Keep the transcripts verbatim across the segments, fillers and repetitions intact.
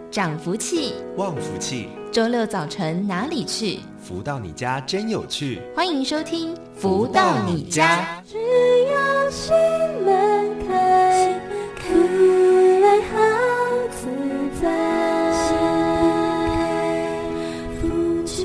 长福气， 旺福气。 周六早晨哪里去？ 福到你家真有趣。 欢迎收听福到你家。 只要心门开，可爱好自在，福就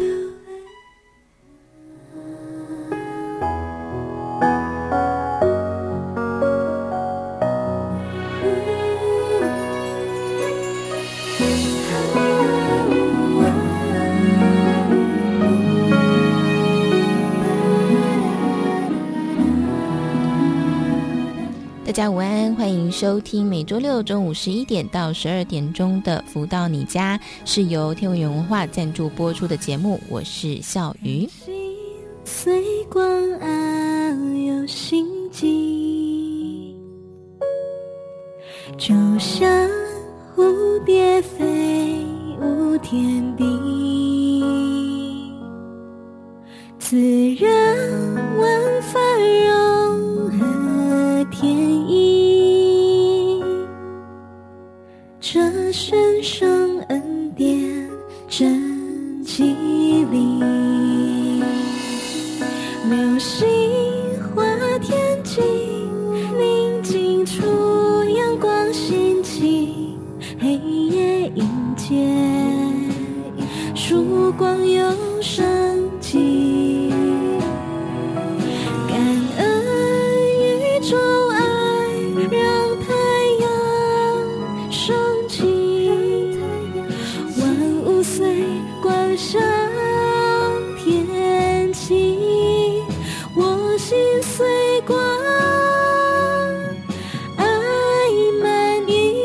大家午安，欢迎收听每周六中午十一点到十二点钟的福到你家，是由天文园文化赞助播出的节目，我是笑鱼。 随光暗有心机，就像蝴蝶飞舞天地，自然万法融合天意，这神圣恩典真绮丽，流星划天际，宁静处阳光兴起，黑夜迎接曙光有生机，感恩宇宙爱让太阳升起，万物随光向天齐，我心随光爱满溢。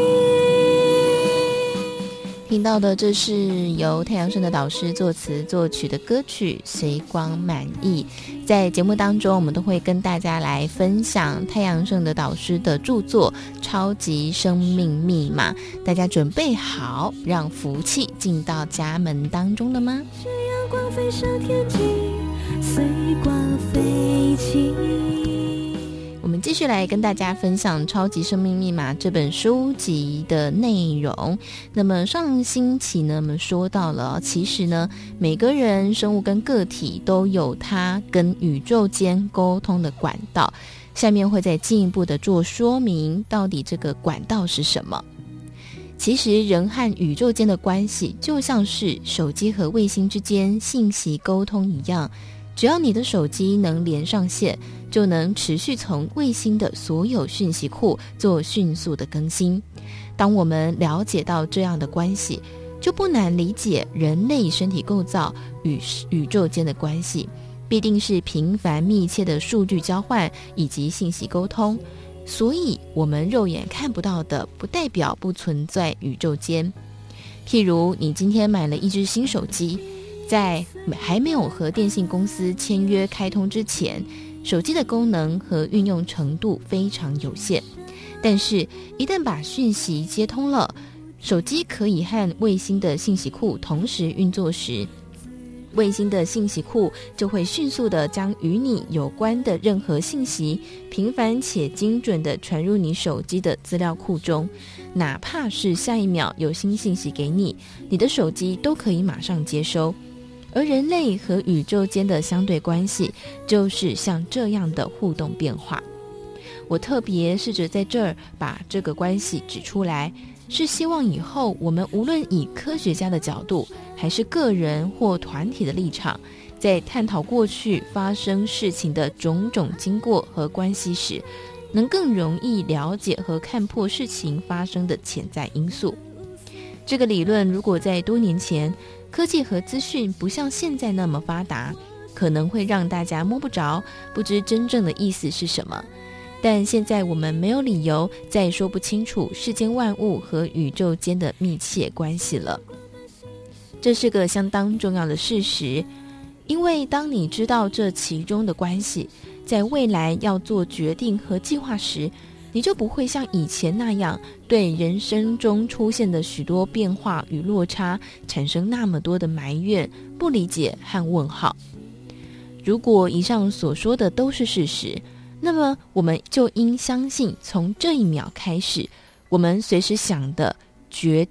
听到的这是由太阳升的导师作词作曲的歌曲《随光满溢》。在节目当中，我们都会跟大家来分享太阳升的导师的著作《超级生命密码》。大家准备好让福气进到家门当中了吗？ 是阳光飞上天际，随光飞起。 我们继续来跟大家分享《超级生命密码》这本书籍的内容。那么上星期呢，我们说到了，其实呢，每个人生物跟个体都有它跟宇宙间沟通的管道。下面会再进一步的做说明，到底这个管道是什么。其实人和宇宙间的关系就像是手机和卫星之间信息沟通一样，只要你的手机能连上线，就能持续从卫星的所有讯息库做迅速的更新。当我们了解到这样的关系，就不难理解人类身体构造与宇宙间的关系，必定是频繁密切的数据交换以及信息沟通。所以我们肉眼看不到的，不代表不存在宇宙间。譬如你今天买了一只新手机，在还没有和电信公司签约开通之前，手机的功能和运用程度非常有限。但是一旦把讯息接通了，手机可以和卫星的信息库同时运作时，卫星的信息库就会迅速地将与你有关的任何信息频繁且精准地传入你手机的资料库中。哪怕是下一秒有新信息给你，你的手机都可以马上接收。而人类和宇宙间的相对关系就是像这样的互动变化。我特别试着在这儿把这个关系指出来，是希望以后我们无论以科学家的角度，还是个人或团体的立场，在探讨过去发生事情的种种经过和关系时，能更容易了解和看破事情发生的潜在因素。这个理论如果在多年前，科技和资讯不像现在那么发达，可能会让大家摸不着，不知真正的意思是什么。但现在我们没有理由再说不清楚世间万物和宇宙间的密切关系了。这是个相当重要的事实，因为当你知道这其中的关系，在未来要做决定和计划时，你就不会像以前那样对人生中出现的许多变化与落差产生那么多的埋怨、不理解和问号。如果以上所说的都是事实，那么我们就应相信，从这一秒开始，我们随时想的、决定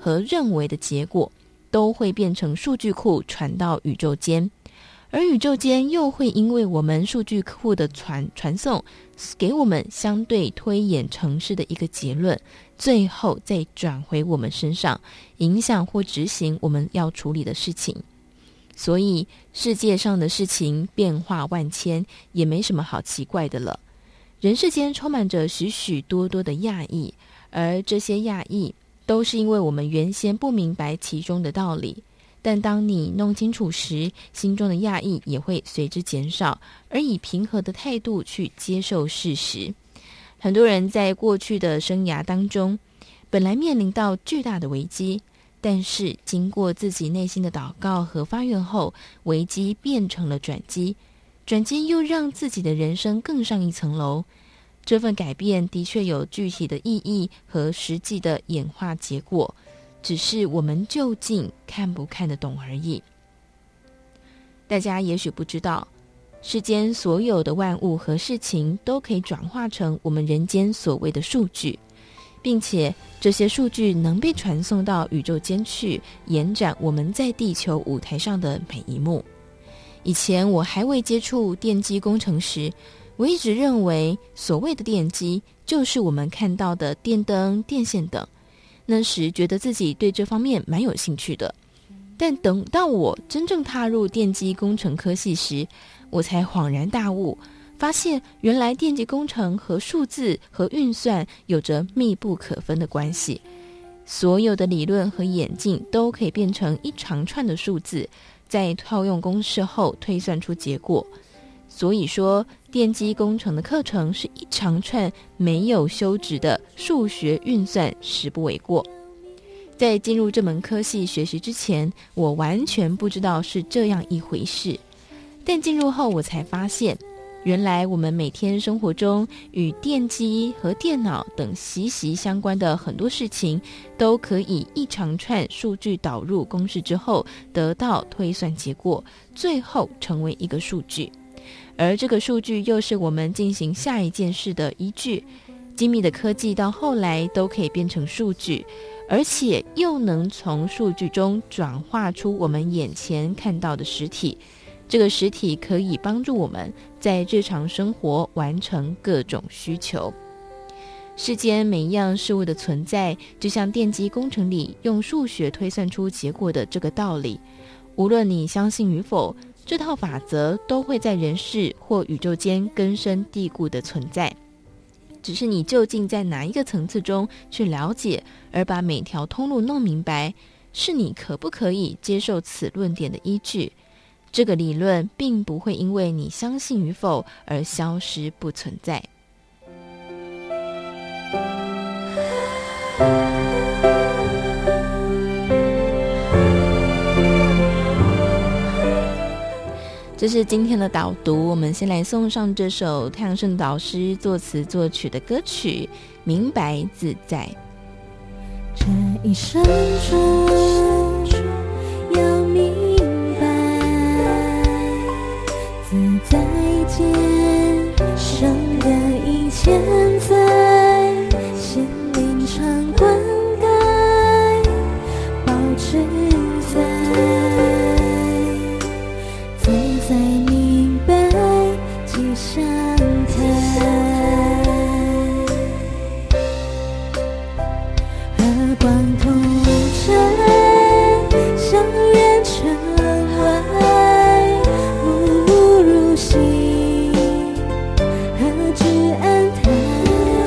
和认为的结果都会变成数据库传到宇宙间，而宇宙间又会因为我们数据库的传传送，给我们相对推演程式的一个结论，最后再转回我们身上，影响或执行我们要处理的事情。所以世界上的事情变化万千，也没什么好奇怪的了。人世间充满着许许多多的讶异，而这些讶异都是因为我们原先不明白其中的道理，但当你弄清楚时，心中的讶异也会随之减少，而以平和的态度去接受事实。很多人在过去的生涯当中，本来面临到巨大的危机，但是经过自己内心的祷告和发愿后，危机变成了转机，转机又让自己的人生更上一层楼。这份改变的确有具体的意义和实际的演化结果，只是我们究竟看不看得懂而已。大家也许不知道，世间所有的万物和事情都可以转化成我们人间所谓的数据，并且这些数据能被传送到宇宙间去，延展我们在地球舞台上的每一幕。以前我还未接触电机工程时，我一直认为所谓的电机就是我们看到的电灯、电线等，那时觉得自己对这方面蛮有兴趣的。但等到我真正踏入电机工程科系时，我才恍然大悟，发现原来电机工程和数字和运算有着密不可分的关系。所有的理论和演进都可以变成一长串的数字，在套用公式后推算出结果。所以说，电机工程的课程是一长串没有休止的数学运算，实不为过。在进入这门科系学习之前，我完全不知道是这样一回事，但进入后我才发现，原来我们每天生活中与电机和电脑等息息相关的很多事情，都可以一长串数据导入公式之后得到推算结果，最后成为一个数据。而这个数据又是我们进行下一件事的依据。精密的科技到后来都可以变成数据，而且又能从数据中转化出我们眼前看到的实体。这个实体可以帮助我们在日常生活完成各种需求。世间每一样事物的存在，就像电机工程里用数学推算出结果的这个道理，无论你相信与否，这套法则都会在人世或宇宙间根深蒂固的存在，只是你究竟在哪一个层次中去了解，而把每条通路弄明白，是你可不可以接受此论点的依据。这个理论并不会因为你相信与否而消失不存在。这是今天的导读，我们先来送上这首太阳圣导师作词作曲的歌曲《明白自在》。 这一生中要明白，自在间生的一千载，心灵常灌溉，保持在自在明白即相台，和光同尘，相约尘外，暮暮如洗，何止安泰。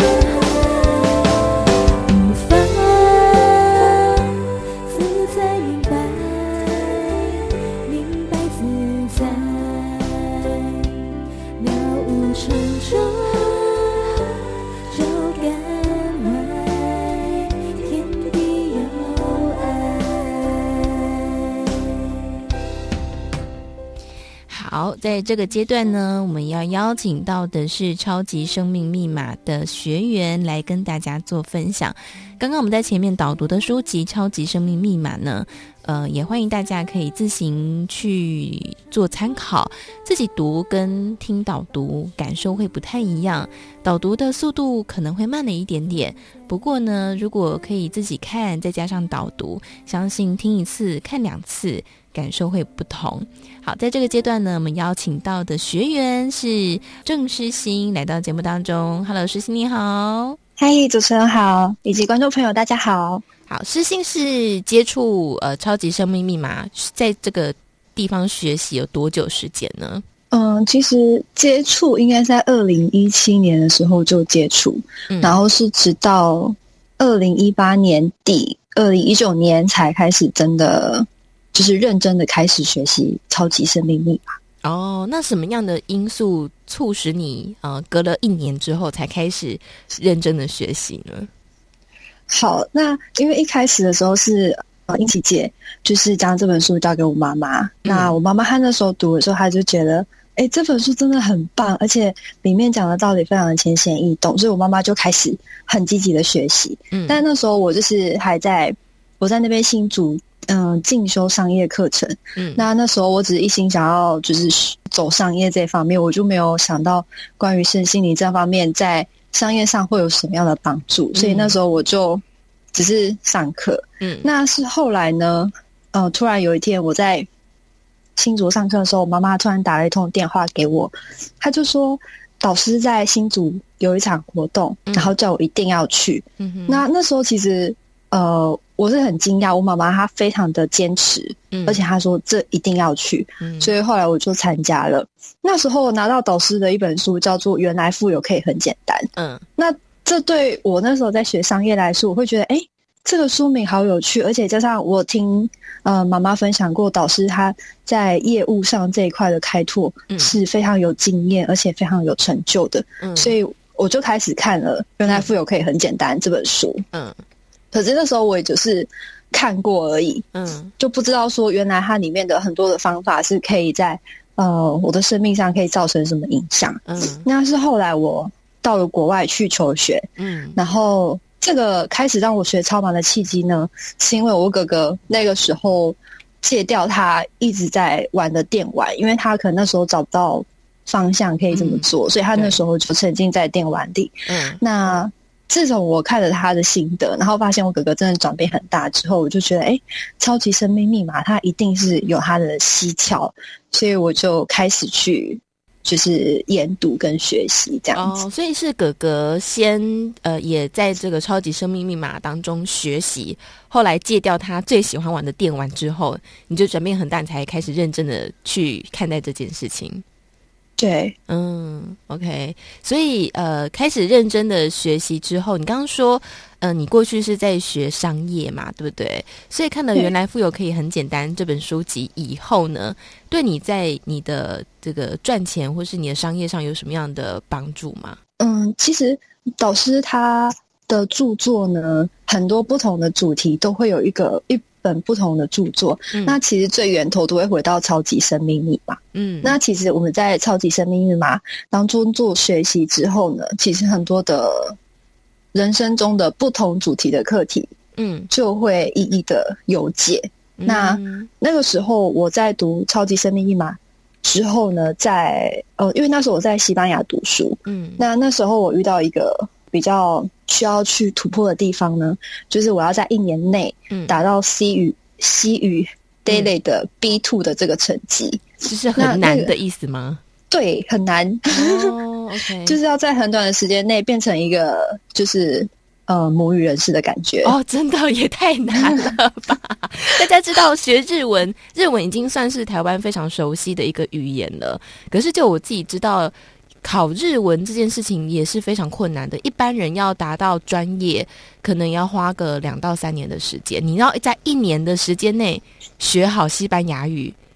好，在这个阶段呢，我们要邀请到的是超级生命密码的学员来跟大家做分享。刚刚我们在前面导读的书籍《超级生命密码》呢，呃，也欢迎大家可以自行去做参考，自己读跟听导读感受会不太一样，导读的速度可能会慢了一点点，不过呢，如果可以自己看再加上导读，相信听一次看两次感受会不同。好，在这个阶段呢，我们邀请到的学员是郑诗欣来到节目当中。 Hello， 诗欣你好。 嗨，主持人好，以及观众朋友大家好。 好，诗欣是接触呃超级生命密码在这个地方学习有多久时间呢？ 嗯，其实接触应该在二零一七年的时候就接触，嗯、然后是直到二零一八年底二零一九年才开始真的就是认真的开始学习超级生命密码。 哦，那什么样的因素促使你呃隔了一年之后才开始认真的学习呢？ 好，那因为一开始的时候是呃英琪姐就是将这本书交给我妈妈、嗯、那我妈妈她那时候读的时候，她就觉得哎，这本书真的很棒，而且里面讲的道理非常的浅显易懂，所以我妈妈就开始很积极的学习。嗯，但那时候我就是还在我在那边新竹嗯进修商业课程。嗯，那那时候我只是一心想要就是走商业这方面，我就没有想到关于身心灵这方面在商业上会有什么样的帮助，所以那时候我就只是上课。嗯，那是后来呢呃突然有一天我在新竹上课的时候，我妈妈突然打了一通电话给我，她就说导师在新竹有一场活动，然后叫我一定要去。嗯，那那时候其实呃我是很惊讶，我妈妈她非常的坚持，嗯，而且她说这一定要去，嗯，所以后来我就参加了。那时候我拿到导师的一本书叫做《原来富有可以很简单》，嗯，那这对我那时候在学商业来说，我会觉得哎，这个书名好有趣，而且加上我听呃妈妈分享过，导师他在业务上这一块的开拓是非常有经验，而且非常有成就的，嗯，所以我就开始看了《原来富有可以很简单》这本书。嗯，可是那时候我也就是看过而已，嗯，就不知道说原来它里面的很多的方法是可以在呃我的生命上可以造成什么影响。嗯，那是后来我到了国外去求学，嗯，然后这个开始让我学超盲的契机呢，是因为我哥哥那个时候戒掉他一直在玩的电玩，因为他可能那时候找不到方向可以这么做，嗯，所以他那时候就沉浸在电玩里。嗯，那自从我看了他的心得，然后发现我哥哥真的转变很大之后，我就觉得哎，超级生命密码它一定是有它的蹊跷，所以我就开始去就是研读跟学习这样子。 哦，所以是哥哥先呃也在这个超级生命密码当中学习，后来戒掉他最喜欢玩的电玩之后，你就转变很大，你才开始认真的去看待这件事情。 对， 嗯 ，OK， 所以呃，开始认真的学习之后，你刚刚说，呃，你过去是在学商业嘛，对不对？所以看了《原来富有可以很简单》这本书籍以后呢，对你在你的这个赚钱或是你的商业上有什么样的帮助吗？ 嗯，其实导师他的著作呢，很多不同的主题都会有一个一本不同的著作，嗯，那其实最源头都会回到超级生命密码。嗯，那其实我们在超级生命密码当中做学习之后呢，其实很多的人生中的不同主题的课题，嗯，就会一一的有解。嗯，那那个时候我在读超级生命密码之后呢，在呃，因为那时候我在西班牙读书，嗯，那那时候我遇到一个比较需要去突破的地方呢，就是我要在一年内达到西语、嗯、西语 daily 的 B 二 的这个成绩， 就是很难的意思吗？ 那那个、对，很难。 哦，OK， 就是要在很短的时间内变成一个就是呃母语人士的感觉。 哦，真的也太难了吧！大家知道学日文，日文已经算是台湾非常熟悉的一个语言了，可是就我自己知道。考日文这件事情也是非常困难的，一般人要达到专业，可能要花个两到三年的时间。你要在一年的时间内学好西班牙语，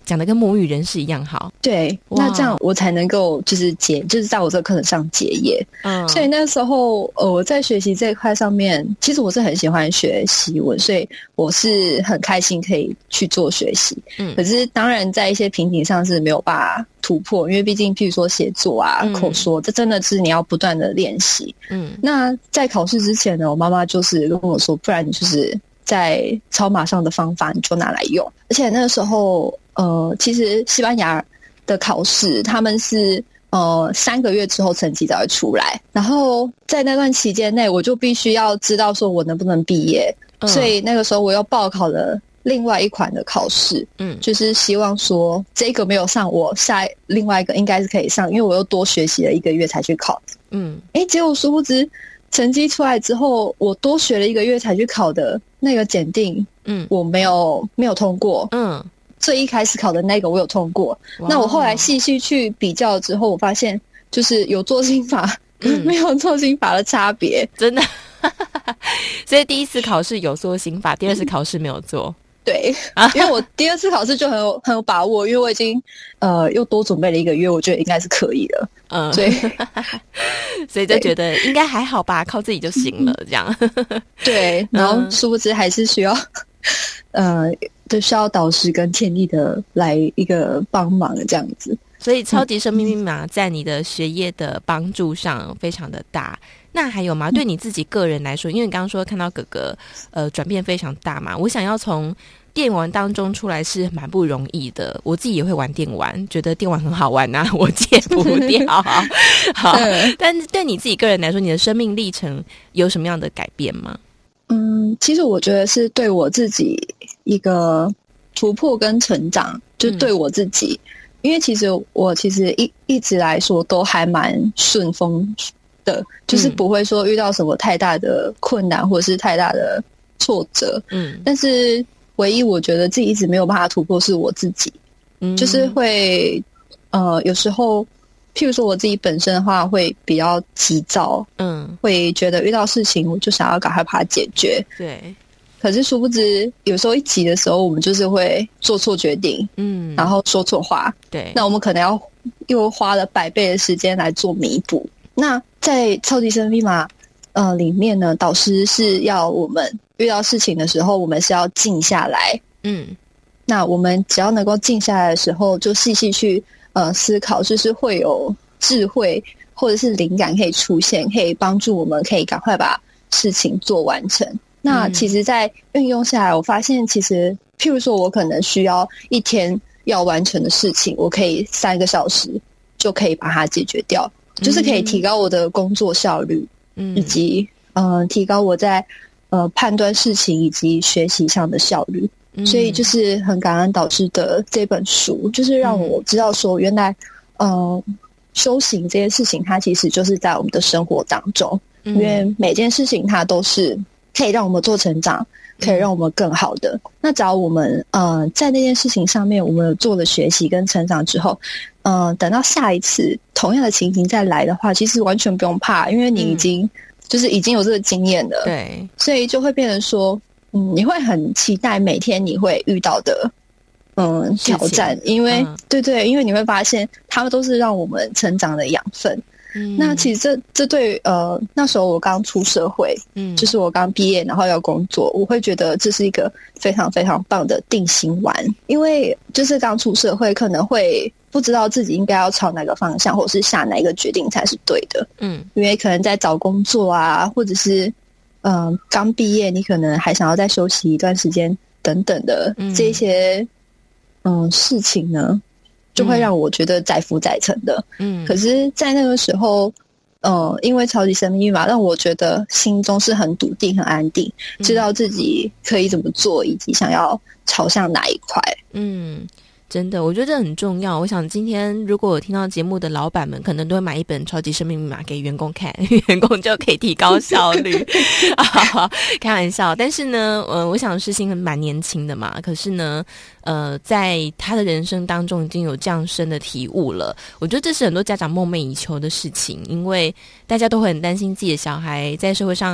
讲的跟母语人士一样好。 对，那这样我才能够就是结，就是在我这个课程上结业。嗯，所以那时候呃我在学习这一块上面，其实我是很喜欢学习文，所以我是很开心可以去做学习。嗯，可是当然在一些瓶颈上是没有办法突破，因为毕竟譬如说写作啊、嗯、口说，这真的是你要不断的练习。嗯，那在考试之前呢，我妈妈就是跟我说，不然你就是在抄马上的方法你就拿来用。而且那个时候呃其实西班牙的考试他们是呃三个月之后成绩才会出来，然后在那段期间内我就必须要知道说我能不能毕业、嗯、所以那个时候我又报考了另外一款的考试，嗯，就是希望说这个没有上，我下另外一个应该是可以上，因为我又多学习了一个月才去考。嗯，诶，结果殊不知成绩出来之后，我多学了一个月才去考的那个检定，嗯，我没有没有通过。嗯，最一开始考的那个我有通过。那我后来细细去比较之后，我发现就是有做心法跟没有做心法的差别， 嗯、真的。所以第一次考试有做心法，第二次考试没有做。 对，因为我第二次考试就很有很有把握，因为我已经呃又多准备了一个月，我觉得应该是可以了。嗯，所以所以就觉得应该还好吧，靠自己就行了，这样。 对，然后殊不知还是需要呃，就需要导师跟天地的来一个帮忙这样子。 所以超级生命密码在你的学业的帮助上非常的大。那还有吗？对你自己个人来说，因为你刚刚说看到哥哥呃转变非常大嘛，我想要从电玩当中出来是蛮不容易的。我自己也会玩电玩，觉得电玩很好玩啊，我戒不掉。好，但是对你自己个人来说，你的生命历程有什么样的改变吗？ 嗯，其实我觉得是对我自己一个突破跟成长，就对我自己。嗯，因为其实我其实一一直来说都还蛮顺风的，就是不会说遇到什么太大的困难或者是太大的挫折。嗯，但是唯一我觉得自己一直没有办法突破是我自己。嗯，就是会呃有时候譬如说我自己本身的话会比较急躁，嗯，会觉得遇到事情我就想要赶快把它解决。 对。 可是殊不知有时候一急的时候我们就是会做错决定，嗯，然后说错话， 对， 那我们可能要又花了百倍的时间来做弥补。那在超级生命密码呃里面呢，导师是要我们遇到事情的时候我们是要静下来，嗯，那我们只要能够静下来的时候就细细去呃思考，就是会有智慧或者是灵感可以出现，可以帮助我们可以赶快把事情做完成。那其实在运用下来我发现其实譬如说我可能需要一天要完成的事情，我可以三个小时就可以把它解决掉，就是可以提高我的工作效率，嗯，以及呃提高我在呃判断事情以及学习上的效率。嗯，所以就是很感恩导师的这本书，就是让我知道说原来呃修行这件事情它其实就是在我们的生活当中，因为每件事情它都是可以让我们做成长，可以让我们更好的。嗯，那只要我们呃在那件事情上面我们有做了学习跟成长之后，呃等到下一次同样的情形再来的话，其实完全不用怕，因为你已经、嗯、就是已经有这个经验了。 对， 所以就会变成说嗯你会很期待每天你会遇到的嗯挑战，因为、嗯、对对，因为你会发现他们都是让我们成长的养分。嗯，那其实这这对呃那时候我刚出社会，嗯，就是我刚毕业然后要工作，我会觉得这是一个非常非常棒的定心丸，因为就是刚出社会可能会不知道自己应该要朝哪个方向或者是下哪一个决定才是对的。嗯，因为可能在找工作啊，或者是嗯、呃、刚毕业你可能还想要再休息一段时间等等的这些嗯、呃、事情呢，就会让我觉得载浮载沉的。嗯，可是在那个时候呃，因为超级生命密码让我觉得心中是很笃定很安定，知道自己可以怎么做以及想要朝向哪一块。 嗯，真的我觉得这很重要。我想今天如果有听到节目的老板们可能都会买一本超级生命密码给员工看，员工就可以提高效率啊，开玩笑。但是呢呃，我想世新蛮年轻的嘛，可是呢呃，在他的人生当中已经有这样深的体悟了。我觉得这是很多家长梦寐以求的事情，因为大家都会很担心自己的小孩在社会上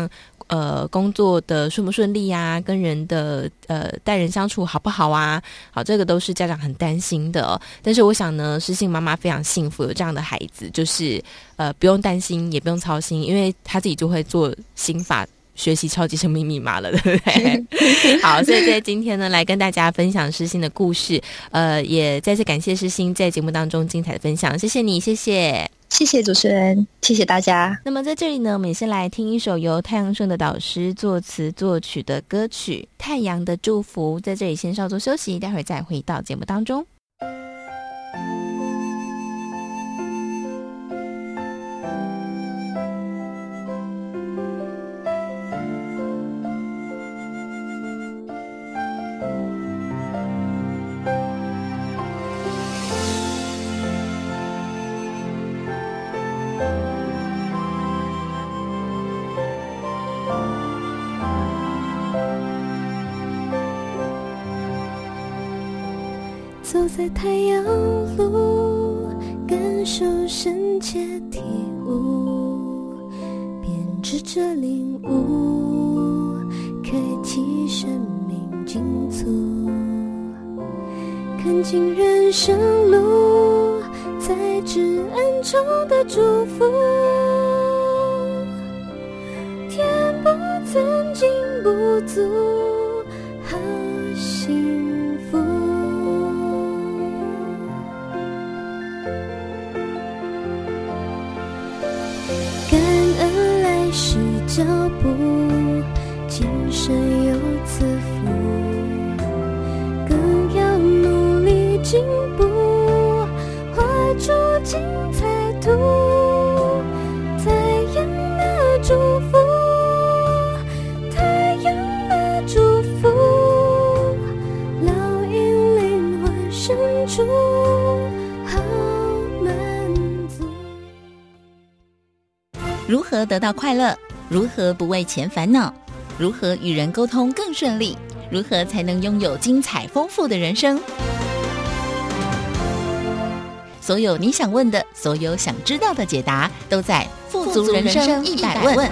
呃工作的顺不顺利啊，跟人的呃待人相处好不好啊，好，这个都是家长很担心的哦。但是我想呢，诗馨妈妈非常幸福有这样的孩子，就是呃不用担心也不用操心，因为他自己就会做心法学习超级生命密码了，对不对？好，所以在今天呢，来跟大家分享诗馨的故事，呃，也再次感谢诗馨在节目当中精彩的分享，谢谢你，谢谢， 谢谢主持人，谢谢大家。 那么在这里呢，我们也先来听一首由太阳盛的导师作词作曲的歌曲《太阳的祝福》，在这里先稍作休息，待会儿再回到节目当中。 走在太阳路，感受深切体悟，编织着领悟，开启生命进途，看尽人生路，在至恩中的祝福，填补曾经不足，好幸福。脚步，今生有赐福，更要努力进步，画出精彩图。太阳的祝福，太阳的祝福，烙印灵魂深处，好满足。 如何得到快乐？如何不为钱烦恼？如何与人沟通更顺利？如何才能拥有精彩丰富的人生？所有你想问的，所有想知道的解答，都在富足人生一百问。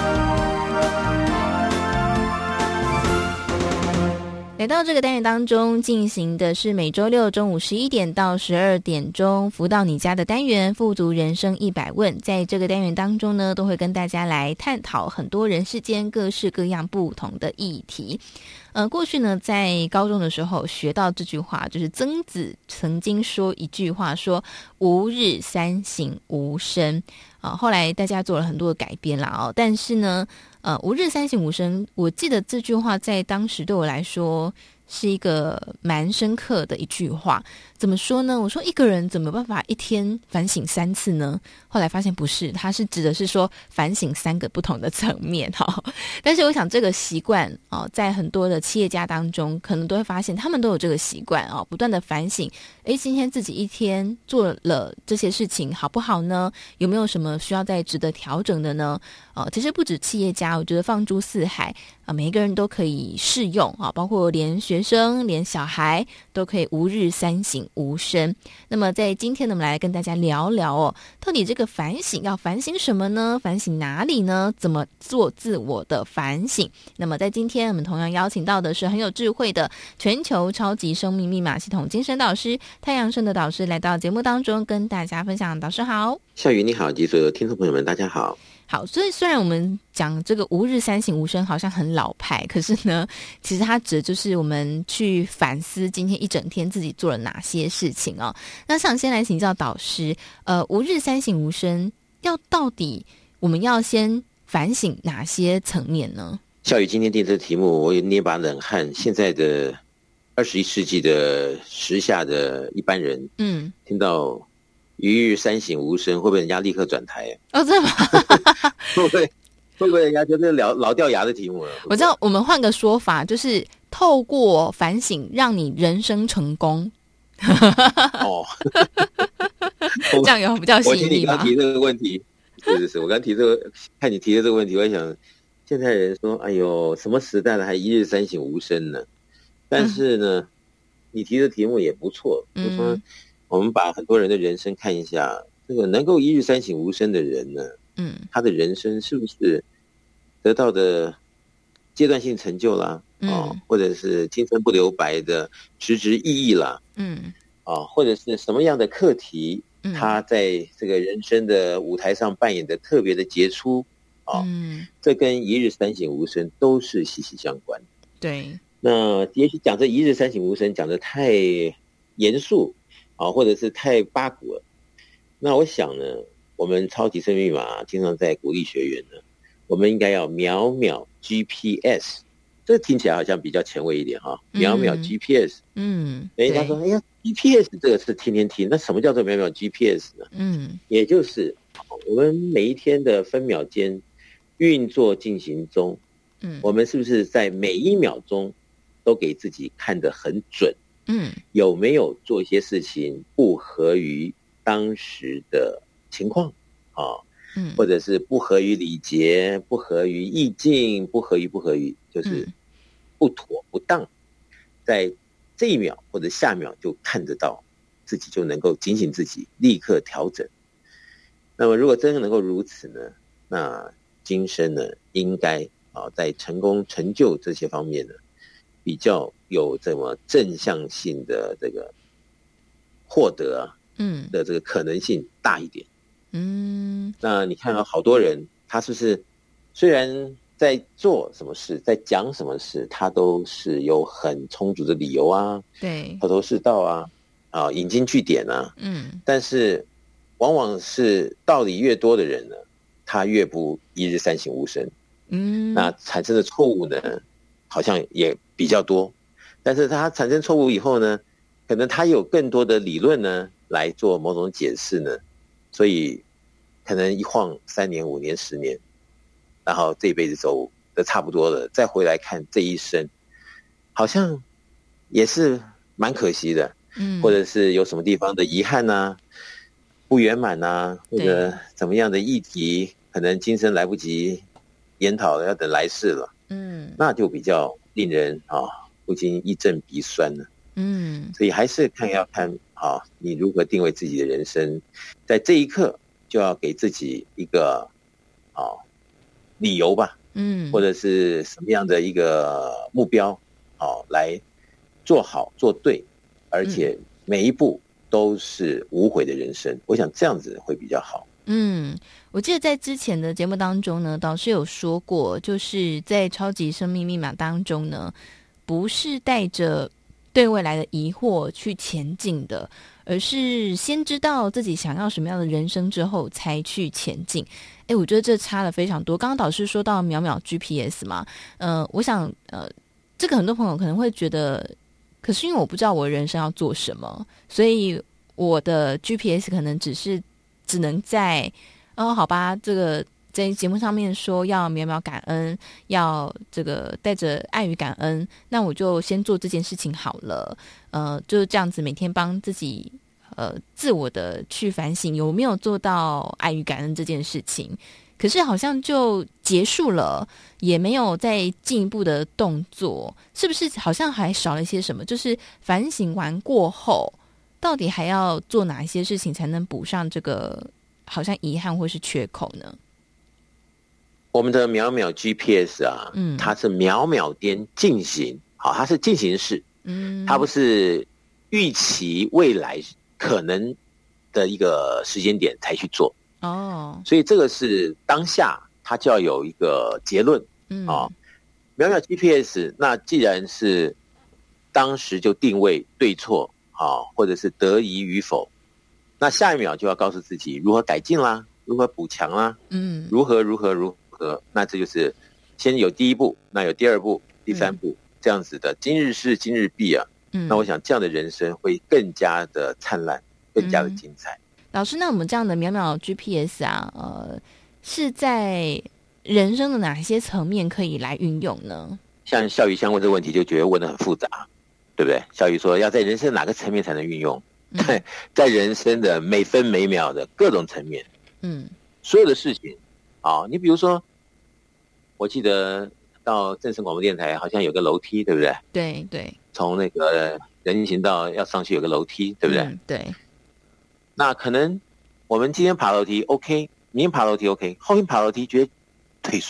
来到这个单元当中进行的是每周六中午十一点到十二点钟福到你家的单元富足人生一百问。在这个单元当中呢，都会跟大家来探讨很多人世间各式各样不同的议题。呃，过去呢，在高中的时候学到这句话，就是曾子曾经说一句话，说吾日三省吾身。啊、呃，后来大家做了很多的改编啦哦，但是呢，呃，吾日三省吾身，我记得这句话在当时对我来说是一个蛮深刻的一句话。怎么说呢？我说一个人怎么有办法一天反省三次呢？后来发现不是，它是指的是说反省三个不同的层面哈。但是我想这个习惯哦，在很多的企业家当中，可能都会发现他们都有这个习惯哦，不断的反省。诶，今天自己一天做了这些事情好不好呢？有没有什么需要再值得调整的呢？哦，其实不止企业家，我觉得放诸四海啊，每一个人都可以适用啊，包括连学生、连小孩都可以吾日三省吾身。那么在今天呢，我们来跟大家聊聊哦，到底这个反省要反省什么呢？反省哪里呢？怎么做自我的反省？那么在今天我们同样邀请到的是很有智慧的全球超级生命密码系统精神导师太阳盛的导师来到节目当中跟大家分享。导师好。 夏雨你好，及所有听众朋友们大家好。 好，所以虽然我们讲这个吾日三省吾身好像很老派，可是呢，其实它指的就是我们去反思今天一整天自己做了哪些事情哦。那想先来请教导师，呃，吾日三省吾身，要到底我们要先反省哪些层面呢？ 夏雨今天定这个题目，我也捏把冷汗。现在的二十一世纪的时下的一般人，嗯，听到一日三省吾身，会不会人家立刻转台？ 哦，真的吗？ 会不会会不会人家觉得老老掉牙的题目了？ 我知道，我们换个说法，就是透过反省，让你人生成功。 哦， 这样有比较吸引力吗？ 我听你刚提这个问题，是是是，我刚提这个，看你提的这个问题，我想现在人说，哎呦，什么时代了，还一日三省吾身呢？但是呢，嗯、你提的题目也不错，就说。嗯我们把很多人的人生看一下，这个能够一日三省吾身的人呢，嗯，他的人生是不是得到的阶段性成就啦，哦， 嗯或者是青春不留白的实质意义啦， 嗯啊，或者是什么样的课题， 嗯他在这个人生的舞台上扮演的特别的杰出，啊， 嗯， 这跟一日三省吾身都是息息相关。 对， 那也许讲这一日三省吾身讲得太严肃啊，或者是太八股了。那我想呢，我们超级生命密码经常在鼓励学员呢，我们应该要秒秒 G P S， 这听起来好像比较前卫一点哈，秒秒 G P S。 嗯， 哎，他说，哎呀 ，G P S 这个是天天听，那什么叫做秒秒 G P S 呢？ 嗯也就是我们每一天的分秒间运作进行中， 嗯我们是不是在每一秒钟都给自己看得很准？ 嗯有没有做一些事情不合于当时的情况啊？ 嗯， 或者是不合于礼节，不合于意境，不合于不合于，就是不妥不当，在这一秒或者下秒就看得到，自己就能够警醒自己，立刻调整。那么如果真的能够如此呢，那今生呢，应该啊，在成功成就这些方面呢，比较有这么正向性的这个获得啊嗯的这个可能性大一点。 嗯那你看到好多人，他是不是虽然在做什么事，在讲什么事，他都是有很充足的理由啊， 对， 头头是道啊，啊，引经据典啊， 嗯但是往往是道理越多的人呢，他越不一日三省吾身， 嗯， 那产生的错误呢，好像也比较多。但是他产生错误以后呢，可能他有更多的理论呢来做某种解释呢，所以可能一晃三年、五年、十年，然后这一辈子走的差不多了，再回来看这一生，好像也是蛮可惜的， 嗯， 或者是有什么地方的遗憾啊、不圆满啊，或者怎么样的议题，可能今生来不及研讨了，要等来世了， 嗯那就比较令人啊不禁一阵鼻酸了。 嗯所以还是看要看啊，你如何定位自己的人生，在这一刻就要给自己一个啊理由吧， 嗯， 或者是什么样的一个目标，好、来做好做对，而且每一步都是无悔的人生。我想这样子会比较好。 嗯，我记得在之前的节目当中呢，导师有说过，就是在超级生命密码当中呢，不是带着对未来的疑惑去前进的，而是先知道自己想要什么样的人生之后才去前进。诶，我觉得这差了非常多。刚刚导师说到秒秒 G P S 嘛，呃，我想呃，这个很多朋友可能会觉得，可是因为我不知道我的人生要做什么，所以我的 G P S 可能只是只能在哦，好吧，这个在节目上面说要秒秒感恩，要这个带着爱与感恩，那我就先做这件事情好了。呃，就是这样子，每天帮自己呃自我的去反省有没有做到爱与感恩这件事情。可是好像就结束了，也没有再进一步的动作，是不是好像还少了一些什么？就是反省完过后，到底还要做哪一些事情才能补上这个好像遗憾或是缺口呢？ 我们的秒秒 G P S 啊， 嗯它是秒秒间进行，好，它是进行式， 嗯， 它不是预期未来可能的一个时间点才去做， 哦， 所以这个是当下它就要有一个结论嗯啊。秒秒 G P S， 那既然是当时就定位对错啊，或者是得宜与否，那下一秒就要告诉自己如何改进啦，如何补强啦， 嗯如何如何如何，那这就是先有第一步，那有第二步、第三步、嗯、这样子的，今日事今日毕啊。 嗯， 那我想这样的人生会更加的灿烂，更加的精彩。 嗯、老师，那我们这样的秒秒 G P S 啊，呃，是在人生的哪些层面可以来运用呢？ 像笑宇相问这个问题，就觉得问得很复杂，对不对？笑宇说要在人生哪个层面才能运用？ 嗯、 在在人生的每分每秒的各种层面，嗯，所有的事情啊，你比如说，我记得到正声广播电台好像有个楼梯，对不对？ 对对， 从那个人行道要上去有个楼梯，对不对？ 嗯、对。 那可能我们今天爬楼梯 OK， 明天爬楼梯 OK， 后天爬楼梯觉得腿酸，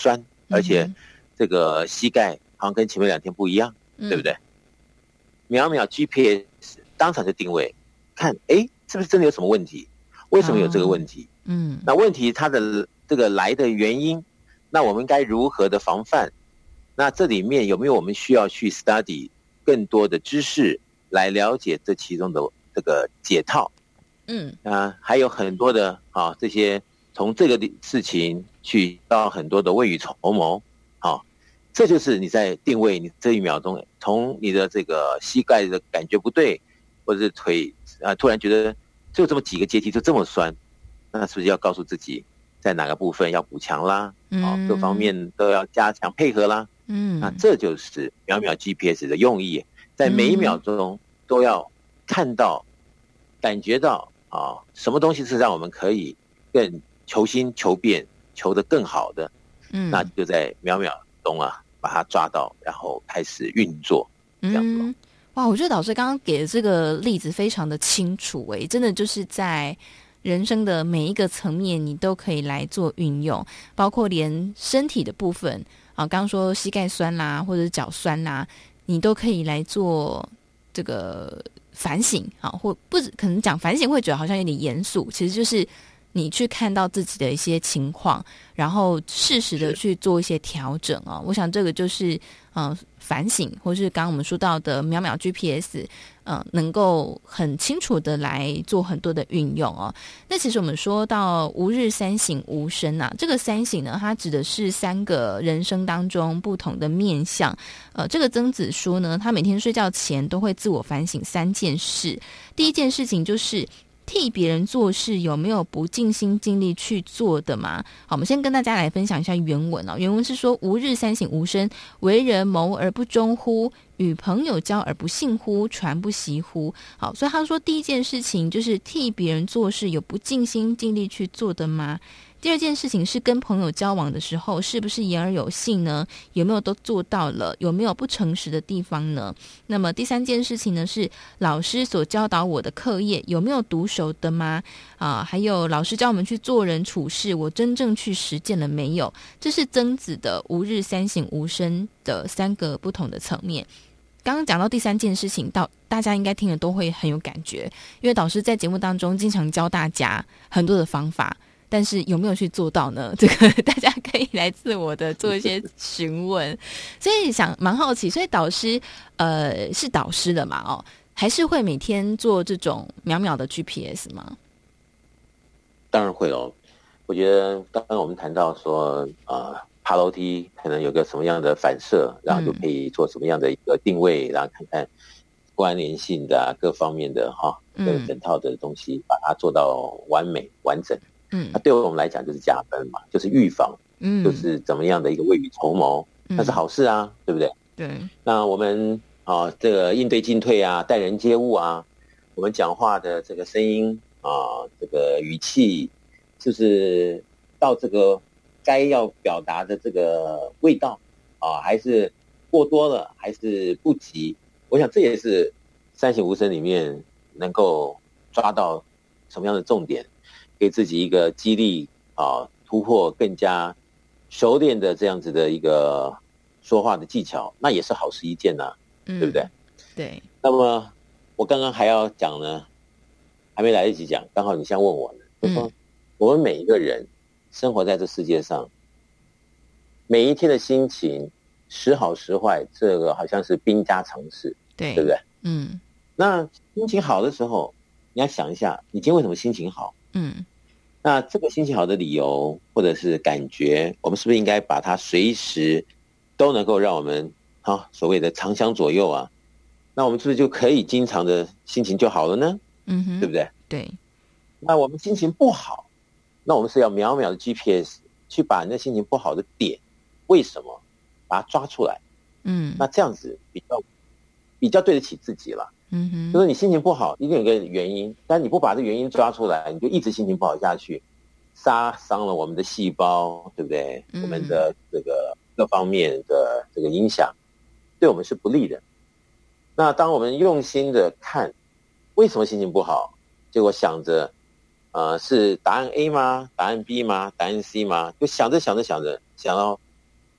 而且这个膝盖好像跟前面两天不一样， 嗯、 对不对？秒秒 G P S 当场就定位，看哎是不是真的有什么问题？为什么有这个问题？ 哦、嗯， 那问题它的这个来的原因，那我们该如何的防范？那这里面有没有我们需要去 study 更多的知识来了解这其中的这个解套？ 嗯啊，还有很多的啊这些从这个事情去到很多的未雨绸缪，啊，这就是你在定位你这一秒钟，从你的这个膝盖的感觉不对，或者是腿啊突然觉得就这么几个阶梯就这么酸，那是不是要告诉自己在哪个部分要补强啦？啊，各方面都要加强配合啦。 嗯， 那这就是秒秒 G P S 的用意，在每一秒钟都要看到、感觉到啊，什么东西是让我们可以更求新求变、求得更好的，嗯，那就在秒秒钟啊把它抓到，然后开始运作，这样子。 嗯，哇，我觉得导师刚刚给的这个例子非常的清楚，诶，真的就是在人生的每一个层面，你都可以来做运用，包括连身体的部分啊，刚刚说膝盖酸啦，或者是脚酸啦，你都可以来做这个反省啊，或不止可能讲反省会觉得好像有点严肃，其实就是你去看到自己的一些情况，然后适时的去做一些调整哦。我想这个就是呃反省，或是刚刚我们说到的秒秒 G P S， 呃，能够很清楚的来做很多的运用哦。那其实我们说到吾日三省吾身啊，这个三省呢，它指的是三个人生当中不同的面向。呃，这个曾子说呢，他每天睡觉前都会自我反省三件事。第一件事情就是替别人做事有没有不尽心尽力去做的吗？好，我们先跟大家来分享一下原文哦。原文是说：吾日三省吾身，为人谋而不忠乎？与朋友交而不信乎？传不习乎？好，所以他说第一件事情就是替别人做事有不尽心尽力去做的吗？第二件事情是跟朋友交往的时候是不是言而有信呢？有没有都做到了？有没有不诚实的地方呢？那么第三件事情呢，是老师所教导我的课业有没有读熟的吗？啊，还有老师教我们去做人处事，我真正去实践了没有？这是曾子的吾日三省吾身的三个不同的层面。刚刚讲到第三件事情，到大家应该听了都会很有感觉，因为导师在节目当中经常教大家很多的方法，但是有没有去做到呢？这个大家可以来自我的做一些询问。所以想蛮好奇，所以导师呃是导师的嘛？哦，还是会每天做这种秒秒的 G P S 吗？ 当然会哦。我觉得刚刚我们谈到说呃爬楼梯可能有个什么样的反射，然后就可以做什么样的一个定位，嗯、然后看看关联性的、啊、各方面的哈，这个整套的东西把它做到完美完整。嗯，那对我们来讲就是加分嘛，就是预防，嗯，就是怎么样的一个未雨绸缪，那是好事啊，对不对？ 对。 那我们啊，这个应对进退啊，待人接物啊，我们讲话的这个声音啊，这个语气，就是到这个该要表达的这个味道啊，还是过多了，还是不及？我想这也是三省吾身里面能够抓到什么样的重点，给自己一个激励啊，突破更加熟练的这样子的一个说话的技巧，那也是好事一件呐、啊嗯，对不对？ 对。 那么我刚刚还要讲呢，还没来得及讲，刚好你先问我呢，就说、嗯、我们每一个人生活在这世界上，每一天的心情时好时坏，这个好像是兵家常事， 对， 对不对？ 嗯。 那心情好的时候，你要想一下，你今天为什么心情好？ 嗯。 那这个心情好的理由或者是感觉，我们是不是应该把它随时都能够让我们啊所谓的长相左右啊？那我们是不是就可以经常的心情就好了呢？ 嗯哼， 对不对？ 对。 那我们心情不好，那我们是要秒秒的 G P S 去把那心情不好的点，为什么把它抓出来？ 嗯， 那这样子比较比较对得起自己了。 嗯哼， 就是你心情不好，一定有一个原因，但你不把这原因抓出来，你就一直心情不好下去，杀伤了我们的细胞，对不对？嗯、我们的这个各方面的这个影响，对我们是不利的。那当我们用心的看，为什么心情不好，结果想着，呃，是答案 A 吗？答案 B 吗？答案 C 吗？就想着想着想着，想到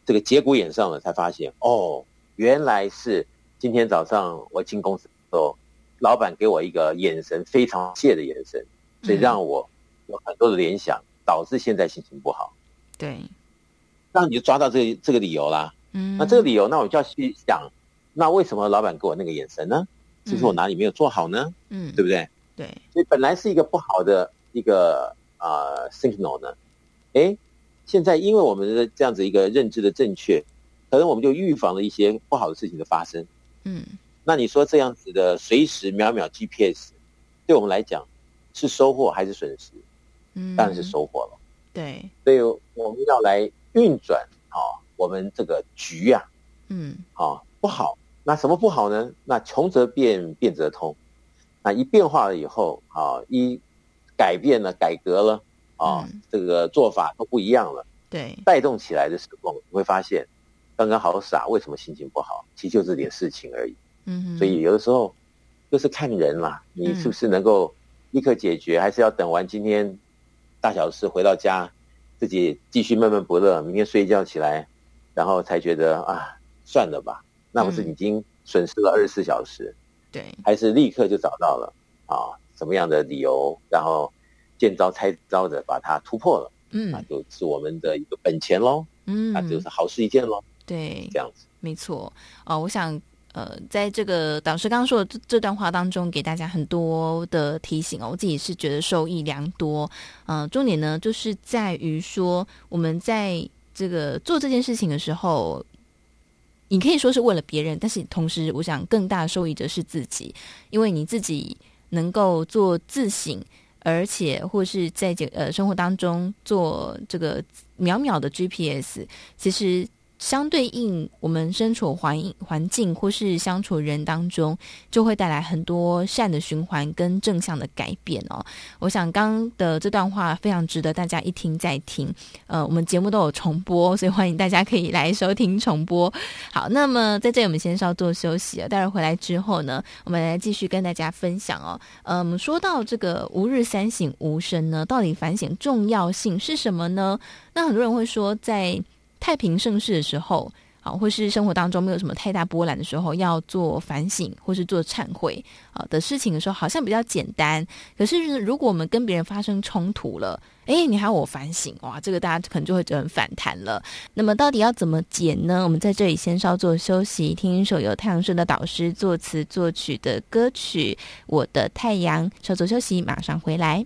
这个节骨眼上了，才发现哦，原来是今天早上我进公司的时候，老板给我一个眼神非常谢的眼神，所以让我有很多的联想，导致现在心情不好。 对， 那你就抓到这个这个理由啦。 嗯， 那这个理由，那我就要去想，那为什么老板给我那个眼神呢？是不是我哪里没有做好呢？ 嗯， 对不对？ 对， 所以本来是一个不好的一个呃 signal 呢，诶，现在因为我们的这样子一个认知的正确，可能我们就预防了一些不好的事情的发生。 嗯， 那你说这样子的随时秒秒 G P S， 对我们来讲是收获还是损失？ 嗯， 当然是收获了。 对， 所以我们要来运转啊、哦，我们这个局啊， 嗯， 啊、哦、不好，那什么不好呢？那穷则变，变则通。那一变化了以后啊、哦，一改变了，改革了啊、哦嗯，这个做法都不一样了。 对，带动起来的时候，你会发现，刚刚好傻，为什么心情不好？其实就这点事情而已。 嗯， 所以有的时候就是看人啦，你是不是能够立刻解决，还是要等完今天大小事回到家，自己继续闷闷不乐，明天睡一觉起来，然后才觉得啊，算了吧，那不是已经损失了二十四小时？ 对， 还是立刻就找到了啊什么样的理由，然后见招拆招的把它突破了，嗯，那就是我们的一个本钱咯，嗯，那就是好事一件咯。 对， 这样子没错。呃，我想呃，在这个导师刚刚说的这段话当中，给大家很多的提醒哦，我自己是觉得受益良多。呃，重点呢就是在于说，我们在这个做这件事情的时候，你可以说是为了别人，但是同时我想更大的受益者是自己，因为你自己能够做自省，而且或是在这呃生活当中做这个秒秒的 G P S， 其实相对应我们身处环环境或是相处人当中，就会带来很多善的循环跟正向的改变哦。我想刚刚的这段话非常值得大家一听再听，呃，我们节目都有重播，所以欢迎大家可以来收听重播。好，那么在这里我们先稍作休息了，待会儿回来之后呢，我们来继续跟大家分享哦。嗯，说到这个吾日三省吾身呢，到底反省重要性是什么呢？那很多人会说，在太平盛世的时候，好，或是生活当中没有什么太大波澜的时候，要做反省或是做忏悔啊的事情的时候，好像比较简单。可是如果我们跟别人发生冲突了，哎，你还要我反省，哇，这个大家可能就会觉得很反弹了。那么到底要怎么减呢？我们在这里先稍作休息，听一首由太阳社的导师作词作曲的歌曲《我的太阳》。稍作休息，马上回来。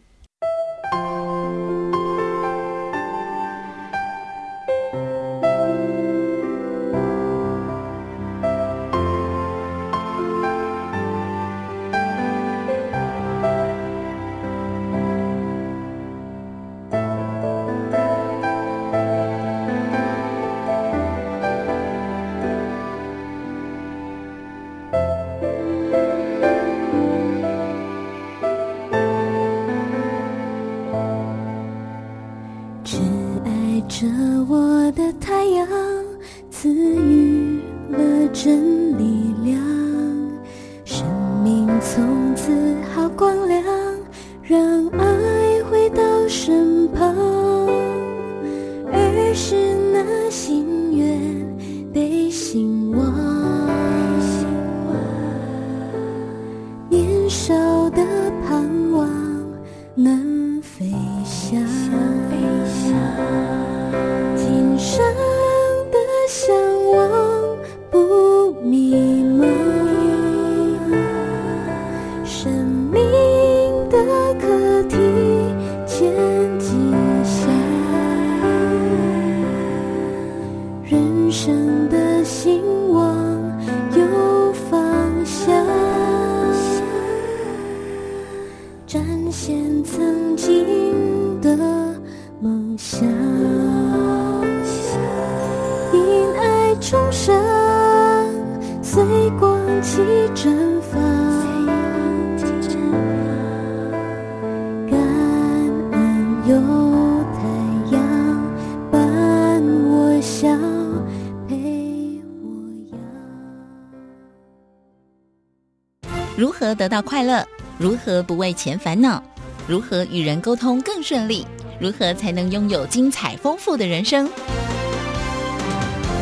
如何得到快乐？如何不为钱烦恼？如何与人沟通更顺利？如何才能拥有精彩丰富的人生？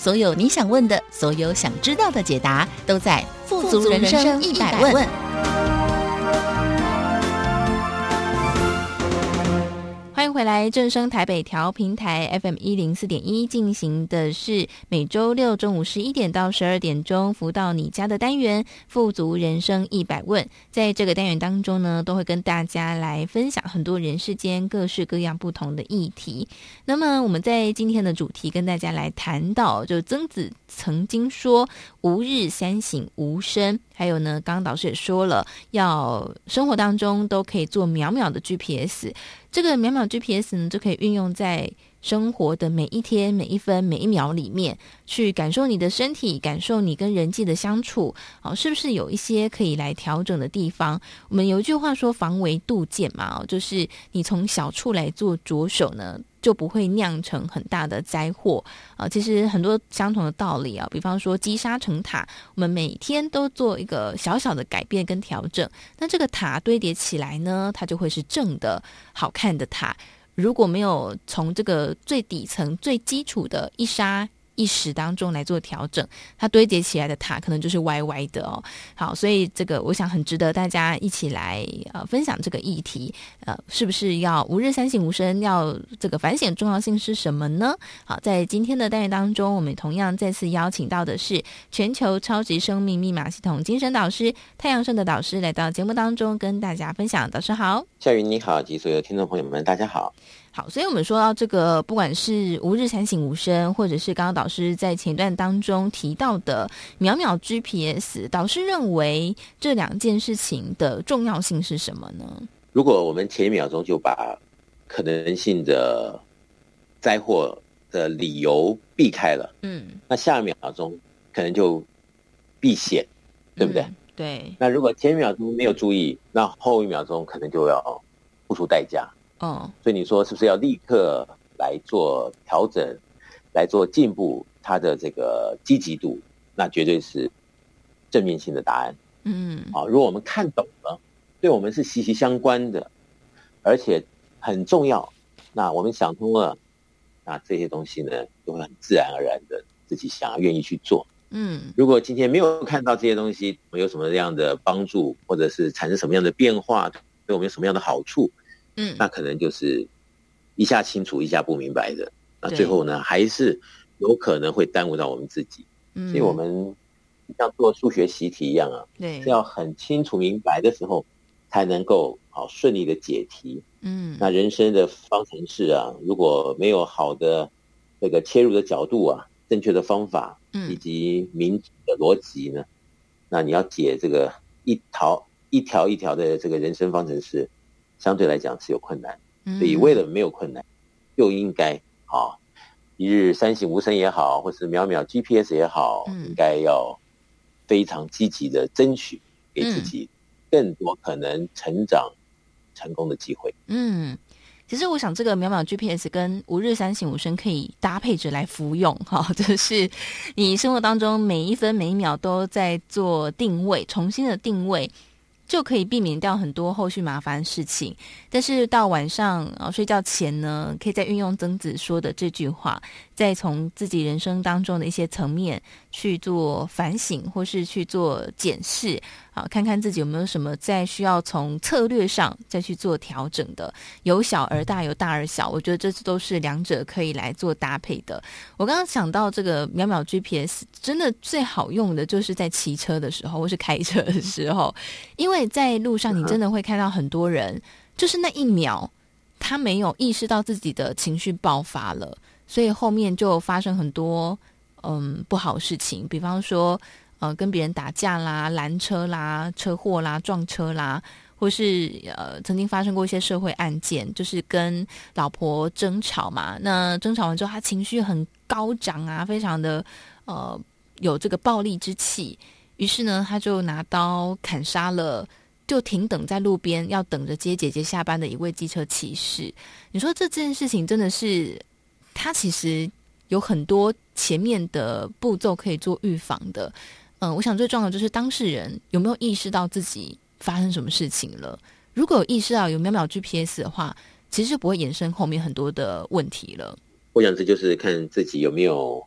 所有你想问的，所有想知道的解答，都在富足人生一百问。 欢迎回来，正声台北调频台 F M 一零四点一进行的是每周六中午十一点到十二点钟福到你家的单元富足人生一百问。在这个单元当中呢，都会跟大家来分享很多人世间各式各样不同的议题。那么我们在今天的主题跟大家来谈到，就曾子曾经说吾日三省吾身，还有呢刚刚导师也说了，要生活当中都可以做秒秒的 G P S。这个秒秒 G P S 呢，就可以运用在生活的每一天、每一分、每一秒里面，去感受你的身体，感受你跟人际的相处，哦，是不是有一些可以来调整的地方？我们有一句话说防微杜渐嘛，哦，就是你从小处来做着手呢，就不会酿成很大的灾祸啊。其实很多相同的道理啊，比方说积沙成塔，我们每天都做一个小小的改变跟调整，那这个塔堆叠起来呢，它就会是正的、好看的塔。如果没有从这个最底层、最基础的一沙一石当中来做调整，它堆叠起来的塔可能就是歪歪的哦。好，所以这个我想很值得大家一起来呃分享这个议题，呃，是不是要吾日三省吾身？要这个反省的重要性是什么呢？好，在今天的单元当中，我们同样再次邀请到的是全球超级生命密码系统精神导师太阳盛的导师来到节目当中跟大家分享。导师好。 夏云你好，及所有听众朋友们大家好。 好，所以我们说到这个，不管是吾日三省吾身，或者是刚刚导师在前段当中提到的秒秒 G P S， 导师认为这两件事情的重要性是什么呢？ 如果我们前一秒钟就把可能性的灾祸的理由避开了，嗯，那下一秒钟可能就避险，对不对？嗯， 对。 那如果前一秒钟没有注意，那后一秒钟可能就要付出代价。 哦， 所以你说是不是要立刻来做调整，来做进步，它的这个积极度，那绝对是正面性的答案。嗯，啊，如果我们看懂了，对我们是息息相关的，而且很重要，那我们想通了，那这些东西呢，就会很自然而然的自己想要愿意去做。嗯，如果今天没有看到这些东西，有什么样的帮助，或者是产生什么样的变化，对我们有什么样的好处？嗯，那可能就是一下清楚一下不明白的，那最后呢还是有可能会耽误到我们自己。嗯，所以我们像做数学习题一样啊，对，是要很清楚明白的时候才能够好顺利的解题。嗯，那人生的方程式啊，如果没有好的这个切入的角度啊，正确的方法，嗯，以及明确的逻辑呢，那你要解这个一条一条一条的这个人生方程式，相对来讲是有困难，所以为了没有困难，就应该啊，一日三省吾身也好，或是秒秒 G P S 也好，嗯，应该要非常积极的争取给自己更多可能成长成功的机会。 嗯，其实我想这个秒秒 G P S 跟吾日三省吾身可以搭配着来服用哈，就是你生活当中每一分每一秒都在做定位，重新的定位，就可以避免掉很多后续麻烦的事情。但是到晚上、哦、睡觉前呢，可以再运用曾子说的这句话，再从自己人生当中的一些层面去做反省，或是去做检视，好，看看自己有没有什么在需要从策略上再去做调整的，由小而大，由大而小，我觉得这都是两者可以来做搭配的。我刚刚想到这个秒秒 G P S 真的最好用的就是在骑车的时候或是开车的时候，因为在路上你真的会看到很多人就是那一秒他没有意识到自己的情绪爆发了，所以后面就发生很多嗯不好的事情，比方说呃跟别人打架啦、拦车啦、车祸啦、撞车啦，或是呃曾经发生过一些社会案件，就是跟老婆争吵嘛，那争吵完之后他情绪很高涨啊，非常的呃有这个暴力之气，于是呢他就拿刀砍杀了就停等在路边要等着接姐姐下班的一位机车骑士。你说这件事情真的是他其实有很多前面的步骤可以做预防的。嗯，我想最重要的就是当事人有没有意识到自己发生什么事情了。如果有意识到有秒秒 G P S 的话，其实就不会衍生后面很多的问题了。 我想这就是看自己有没有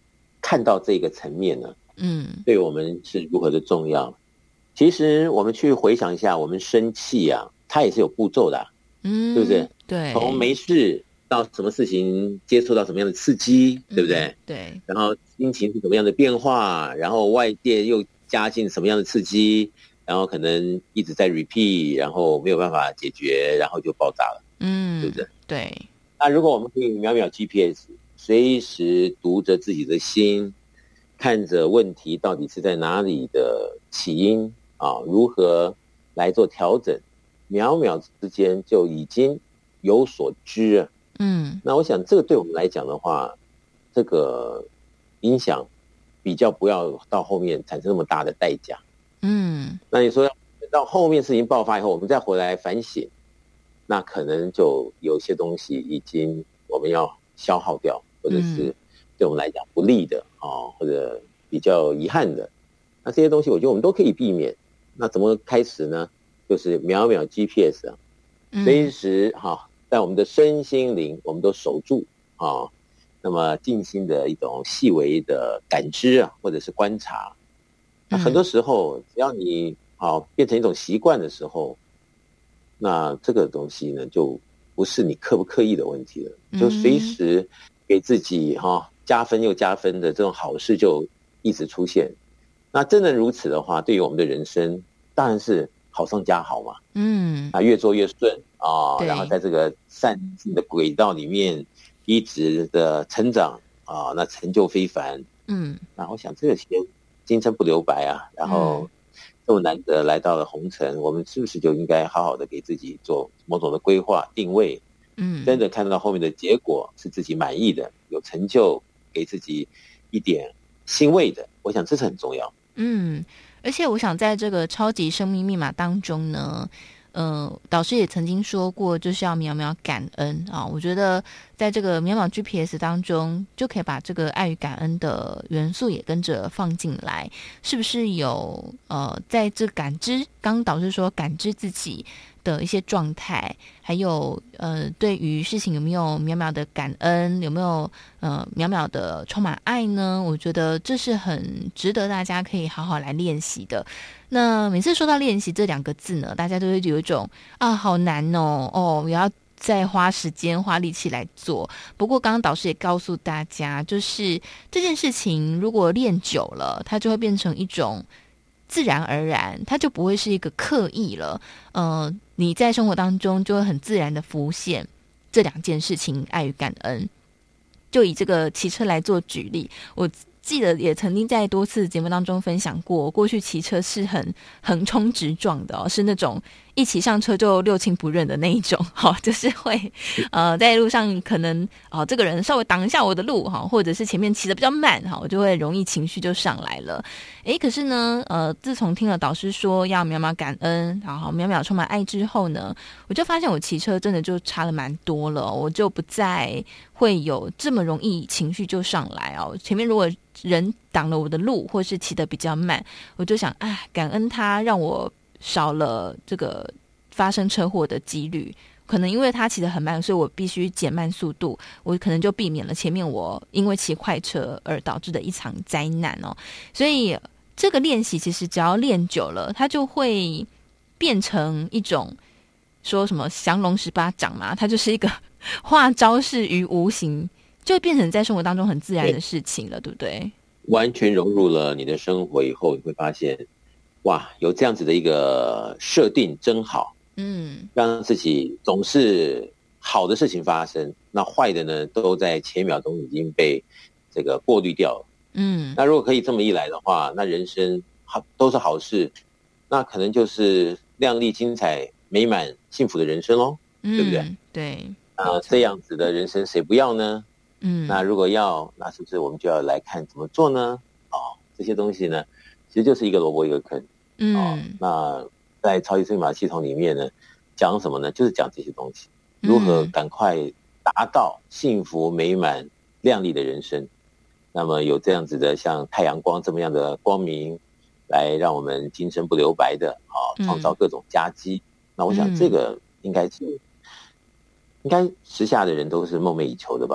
看到这个层面呢， 嗯， 对我们是如何的重要。其实我们去回想一下，我们生气啊，它也是有步骤的、啊， 嗯， 对不对？ 对， 从没事到什么事情接触到什么样的刺激，对不对？ 嗯、对。 然后心情是什么样的变化，然后外界又加进什么样的刺激，然后可能一直在 repeat， 然后没有办法解决，然后就爆炸了， 嗯， 对不对？ 对。 那如果我们可以秒秒 G P S， 随时读着自己的心，看着问题到底是在哪里的起因啊，如何来做调整，秒秒之间就已经有所知了。 嗯， 那我想这个对我们来讲的话，这个影响比较不要到后面产生那么大的代价。 嗯， 那你说到后面事情爆发以后，我们再回来反省，那可能就有些东西已经我们要消耗掉，或者是对我们来讲不利的啊，或者比较遗憾的。那这些东西我觉得我们都可以避免。那怎么开始呢？就是秒秒 G P S 啊，随时哈、啊，在我们的身心灵我们都守住啊，那么静心的一种细微的感知啊，或者是观察。那很多时候只要你啊变成一种习惯的时候，那这个东西呢就不是你刻不刻意的问题了，就随时给自己哈、啊、加分又加分的这种好事就一直出现。那真的如此的话，对于我们的人生当然是好上加好嘛， 嗯， 啊，越做越顺啊，然后在这个善性的轨道里面一直的成长啊，那成就非凡，嗯，那我想这些金针不留白啊，然后这么难得来到了红尘，我们是不是就应该好好的给自己做某种的规划定位，嗯，真的看到后面的结果是自己满意的，有成就，给自己一点欣慰的，我想这是很重要。 嗯，而且我想在这个超级生命密码当中呢，呃，导师也曾经说过，就是要秒秒感恩啊。我觉得在这个秒秒 G P S 当中，就可以把这个爱与感恩的元素也跟着放进来，是不是有呃，在这感知，刚刚导师说感知自己的一些状态，还有呃，对于事情有没有秒秒的感恩，有没有呃秒秒的充满爱呢？我觉得这是很值得大家可以好好来练习的。那每次说到练习这两个字呢，大家都会有一种啊，好难哦，哦，我要再花时间花力气来做。不过刚刚导师也告诉大家，就是这件事情如果练久了，它就会变成一种自然而然，它就不会是一个刻意了。呃，你在生活当中就会很自然的浮现这两件事情，爱与感恩。就以这个骑车来做举例，我记得也曾经在多次节目当中分享过，过去骑车是很横冲直撞的哦，是那种一骑上车就六亲不认的那一种，好、哦，就是会呃在路上可能哦这个人稍微挡一下我的路哈、哦，或者是前面骑得比较慢哈、哦，我就会容易情绪就上来了。诶，可是呢呃自从听了导师说要秒秒感恩，然后秒秒充满爱之后呢，我就发现我骑车真的就差了蛮多了，我就不再会有这么容易情绪就上来哦。前面如果人挡了我的路，或是骑得比较慢，我就想哎，感恩他让我少了这个发生车祸的几率，可能因为他骑得很慢，所以我必须减慢速度，我可能就避免了前面我因为骑快车而导致的一场灾难哦。所以这个练习其实只要练久了，它就会变成一种说什么降龙十八掌嘛，它就是一个化招式于无形，就会变成在生活当中很自然的事情了， 对, 对不对？ 完全融入了你的生活以后，你会发现哇，有这样子的一个设定真好，嗯，让自己总是好的事情发生，那坏的呢都在前一秒钟已经被这个过滤掉了，嗯，那如果可以这么一来的话，那人生好都是好事，那可能就是亮丽精彩美满幸福的人生咯，嗯，对不对？ 对， 啊，这样子的人生谁不要呢？嗯，那如果要，那是不是我们就要来看怎么做呢？哦，这些东西呢，其实就是一个萝卜一个坑。嗯，哦，那在超级生命密码系统里面呢，讲什么呢？就是讲这些东西，如何赶快达到幸福美满亮丽的人生。那么有这样子的像太阳光这么样的光明，来让我们今生不留白的啊，创造各种佳绩。那我想这个应该是。应该时下的人都是梦寐以求的吧？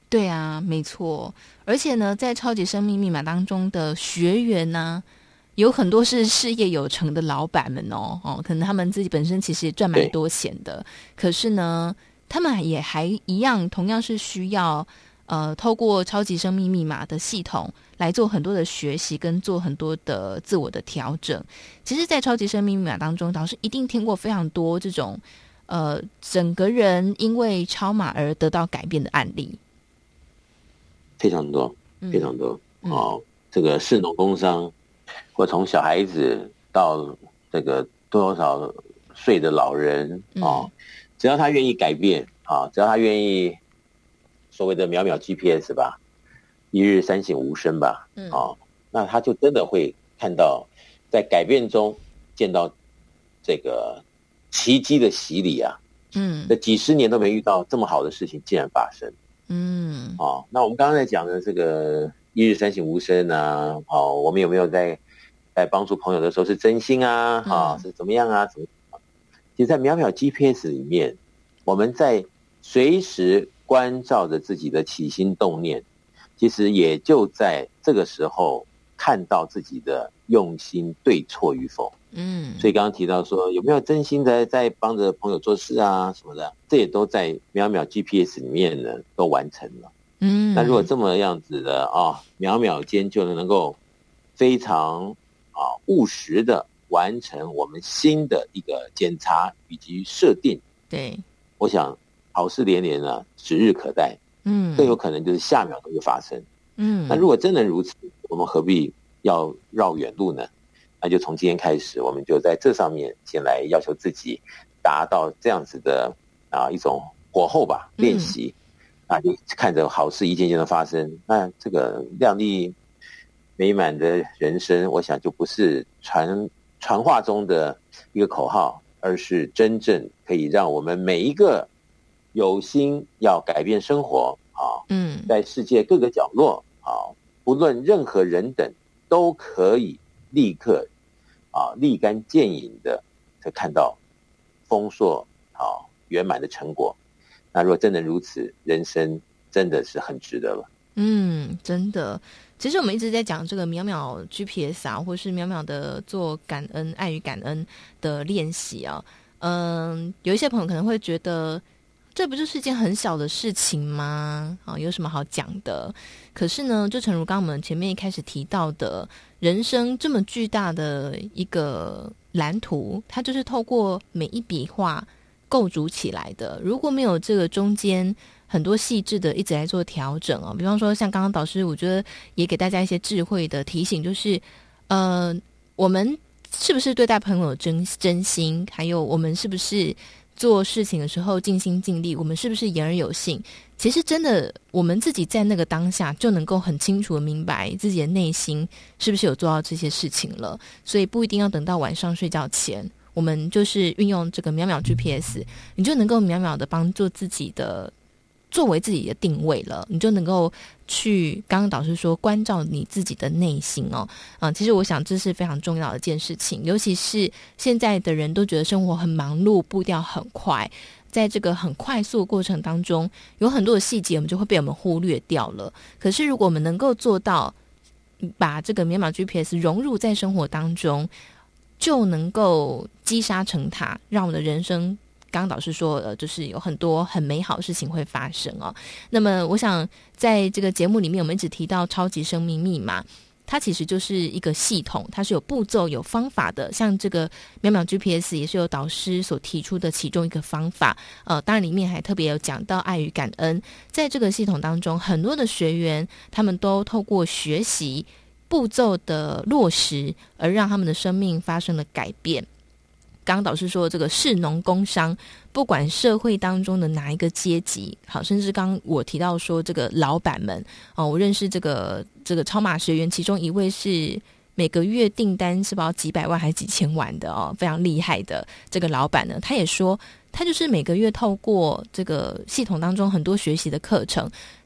对啊，没错。而且呢，在超级生命密码当中的学员呢、啊，有很多是事业有成的老板们哦，哦，可能他们自己本身其实也赚蛮多钱的，可是呢，他们也还一样，同样是需要呃，透过超级生命密码的系统来做很多的学习，跟做很多的自我的调整。其实，在超级生命密码当中，导师一定听过非常多这种呃，整个人因为超码而得到改变的案例。 非常多，非常多、嗯、哦！这个士农工商，或从小孩子到这个多少岁的老人、嗯、哦，只要他愿意改变啊，只要他愿意所谓的秒秒 G P S 吧，一日三省吾身吧，嗯，哦，那他就真的会看到在改变中见到这个奇迹的洗礼啊，嗯，这几十年都没遇到这么好的事情竟然发生。嗯，哦，那我们刚刚在讲的这个一日三省吾身啊，哦，我们有没有在在帮助朋友的时候是真心啊，嗯、啊，是怎么样啊？怎么？其实，在秒秒 G P S 里面，我们在随时关照着自己的起心动念，其实也就在这个时候看到自己的用心对错与否。嗯，所以刚刚提到说有没有真心的在帮着朋友做事啊什么的，这也都在秒秒 G P S 里面呢都完成了。嗯，那如果这么样子的啊，秒秒间就能够非常啊务实的完成我们新的一个检查以及设定，对，我想好事连连啊，指日可待。嗯，更有可能就是下秒都会发生。嗯，那如果真的如此，我们何必要绕远路呢？那就从今天开始，我们就在这上面先来要求自己达到这样子的啊一种火候吧练习、嗯、啊，就看着好事一件件的发生，那这个亮丽美满的人生，我想就不是传传话中的一个口号，而是真正可以让我们每一个有心要改变生活啊，嗯，在世界各个角落啊，不论任何人等都可以立刻啊立竿见影的看到丰硕啊圆满的成果。那如果真的如此，人生真的是很值得了。 嗯，真的。其实我们一直在讲这个秒秒 G P S 啊，或是秒秒的做感恩、爱与感恩的练习啊。嗯，有一些朋友可能会觉得，这不就是一件很小的事情吗？啊，有什么好讲的？可是呢，就诚如刚刚我们前面一开始提到的，人生这么巨大的一个蓝图，它就是透过每一笔画构筑起来的。如果没有这个中间很多细致的一直来做调整哦，比方说像刚刚导师，我觉得也给大家一些智慧的提醒，就是呃，我们是不是对待朋友真真心，还有我们是不是做事情的时候尽心尽力，我们是不是言而有信，其实真的我们自己在那个当下就能够很清楚的明白自己的内心是不是有做到这些事情了。所以不一定要等到晚上睡觉前，我们就是运用这个秒秒 G P S， 你就能够秒秒的帮助自己的作为自己的定位了，你就能够去刚刚导师说关照你自己的内心哦。啊、嗯，其实我想这是非常重要的一件事情，尤其是现在的人都觉得生活很忙碌，步调很快，在这个很快速的过程当中，有很多的细节我们就会被我们忽略掉了。可是如果我们能够做到把这个秒秒 G P S 融入在生活当中，就能够积沙成塔，让我们的人生刚刚导师说呃，就是有很多很美好的事情会发生哦。那么我想在这个节目里面我们一直提到超级生命密码，它其实就是一个系统，它是有步骤有方法的，像这个秒秒 G P S 也是由导师所提出的其中一个方法。呃，当然里面还特别有讲到爱与感恩，在这个系统当中很多的学员他们都透过学习步骤的落实而让他们的生命发生了改变。刚刚导师说这个士农工商，不管社会当中的哪一个阶级，好，甚至刚刚我提到说这个老板们哦，我认识这个这个超码学员，其中一位是每个月订单是不知道几百万还是几千万的哦，非常厉害的这个老板呢，他也说他就是每个月透过这个系统当中很多学习的课程，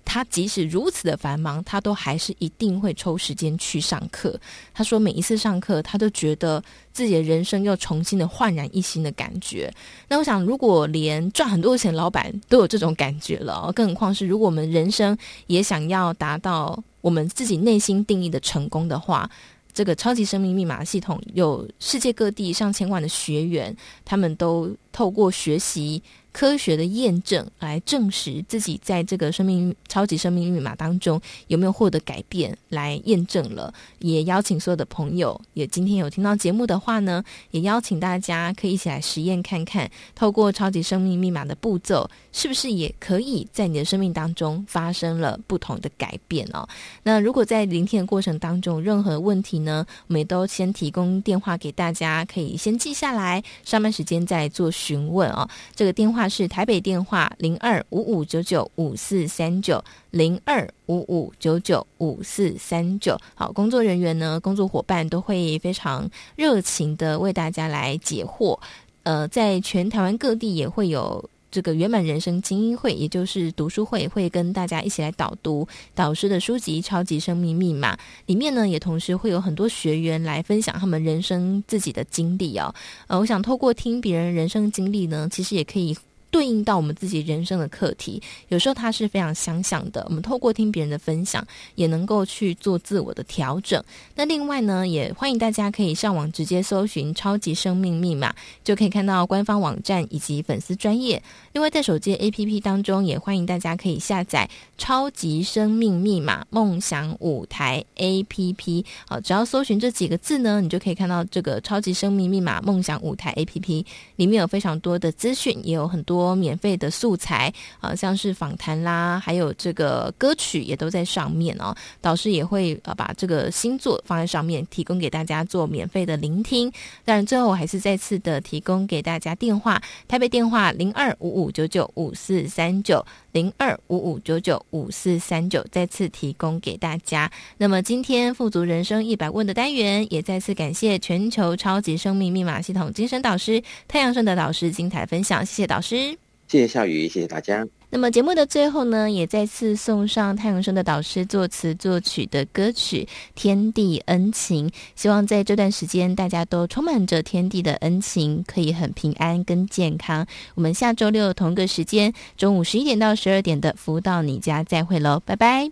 他即使如此的繁忙，他都还是一定会抽时间去上课。他说每一次上课他都觉得自己的人生又重新的焕然一新的感觉。那我想如果连赚很多钱老板都有这种感觉了，更何况是如果我们人生也想要达到我们自己内心定义的成功的话，这个超级生命密码系统有世界各地上千万的学员，他们都透过学习科学的验证来证实自己在这个生命超级生命密码当中有没有获得改变，来验证了。也邀请所有的朋友，也今天有听到节目的话呢，也邀请大家可以一起来实验看看，透过超级生命密码的步骤，是不是也可以在你的生命当中发生了不同的改变哦。那如果在聆听的过程当中有任何问题呢，我们也都先提供电话给大家，可以先记下来，上班时间再来做询问哦。这个电话是台北电话零二五五九九五四三九零二五五九九五四三九。好，工作人员呢，工作伙伴都会非常热情的为大家来解惑。呃，在全台湾各地也会有这个圆满人生精英会，也就是读书会，会跟大家一起来导读导师的书籍《超级生命密码》，里面呢也同时会有很多学员来分享他们人生自己的经历哦。呃，我想透过听别人人生经历呢，其实也可以对应到我们自己人生的课题，有时候它是非常相像的，我们透过听别人的分享也能够去做自我的调整。那另外呢，也欢迎大家可以上网直接搜寻超级生命密码，就可以看到官方网站以及粉丝专页。另外在手机 A P P 当中，也欢迎大家可以下载超级生命密码梦想舞台 A P P。 好，只要搜寻这几个字呢，你就可以看到这个超级生命密码梦想舞台 A P P， 里面有非常多的资讯，也有很多免费的素材啊，像是访谈啦，还有这个歌曲也都在上面哦。导师也会呃把这个星座放在上面，提供给大家做免费的聆听。当然最后我还是再次的提供给大家电话，台北电话零二五五九九五四三九零二五五九九五四三九，再次提供给大家。那么今天富足人生一百问的单元，也再次感谢全球超级生命密码系统精神导师太阳盛的导师精彩分享，谢谢导师。 谢谢夏雨，谢谢大家。 那么节目的最后呢，也再次送上太阳升的导师作词作曲的歌曲《天地恩情》，希望在这段时间大家都充满着天地的恩情，可以很平安跟健康。我们下周六同个时间中午十一点到十二点的福到你家再会喽，拜拜。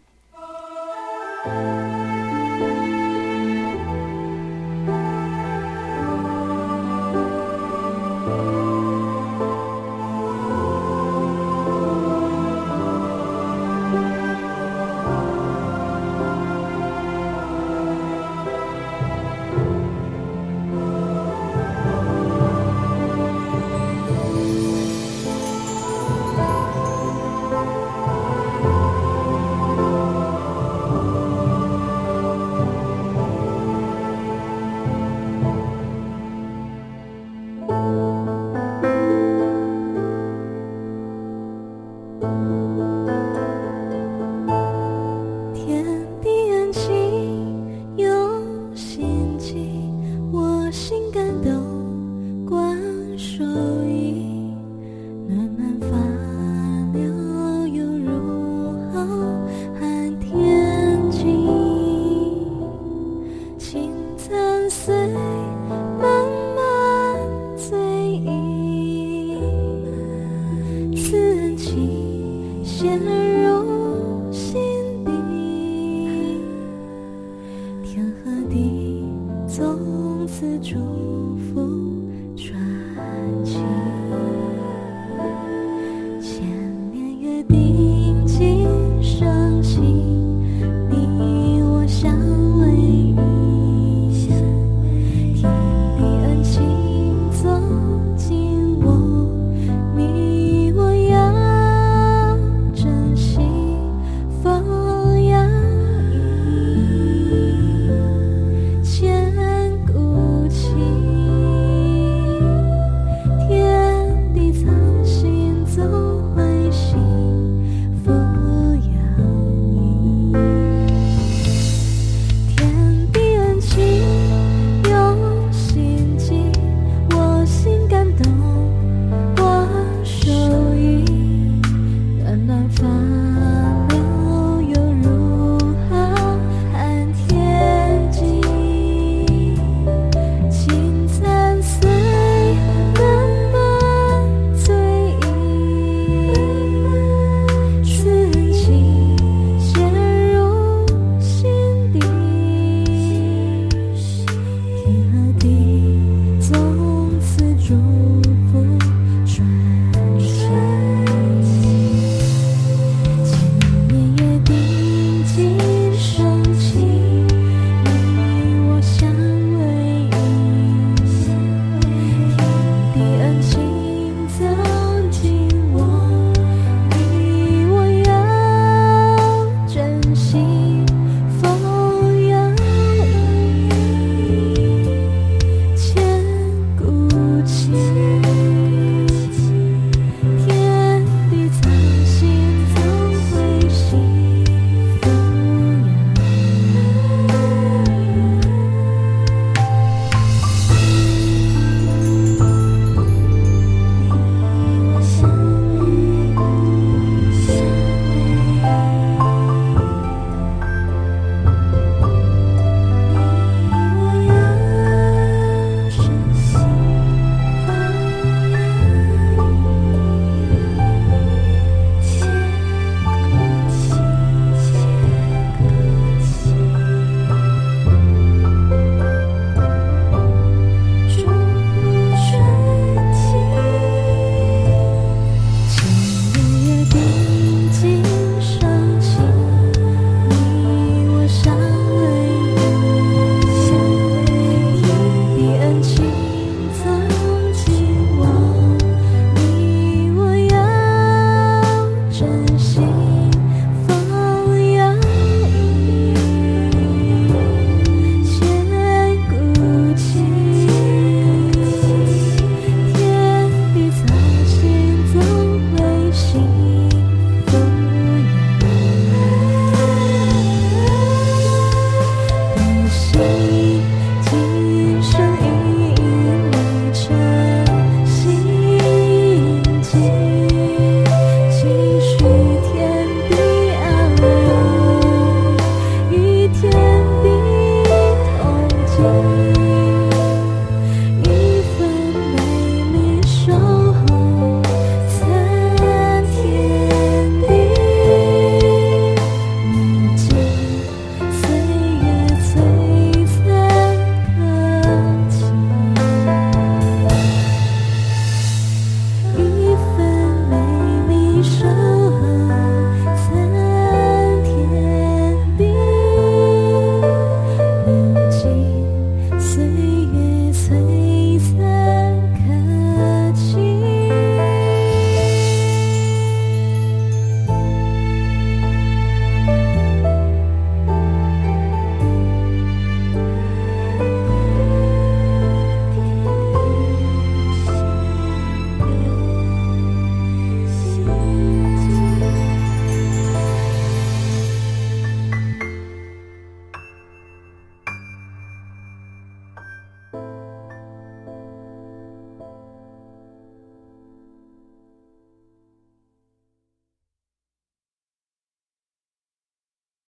天和地从此祝福。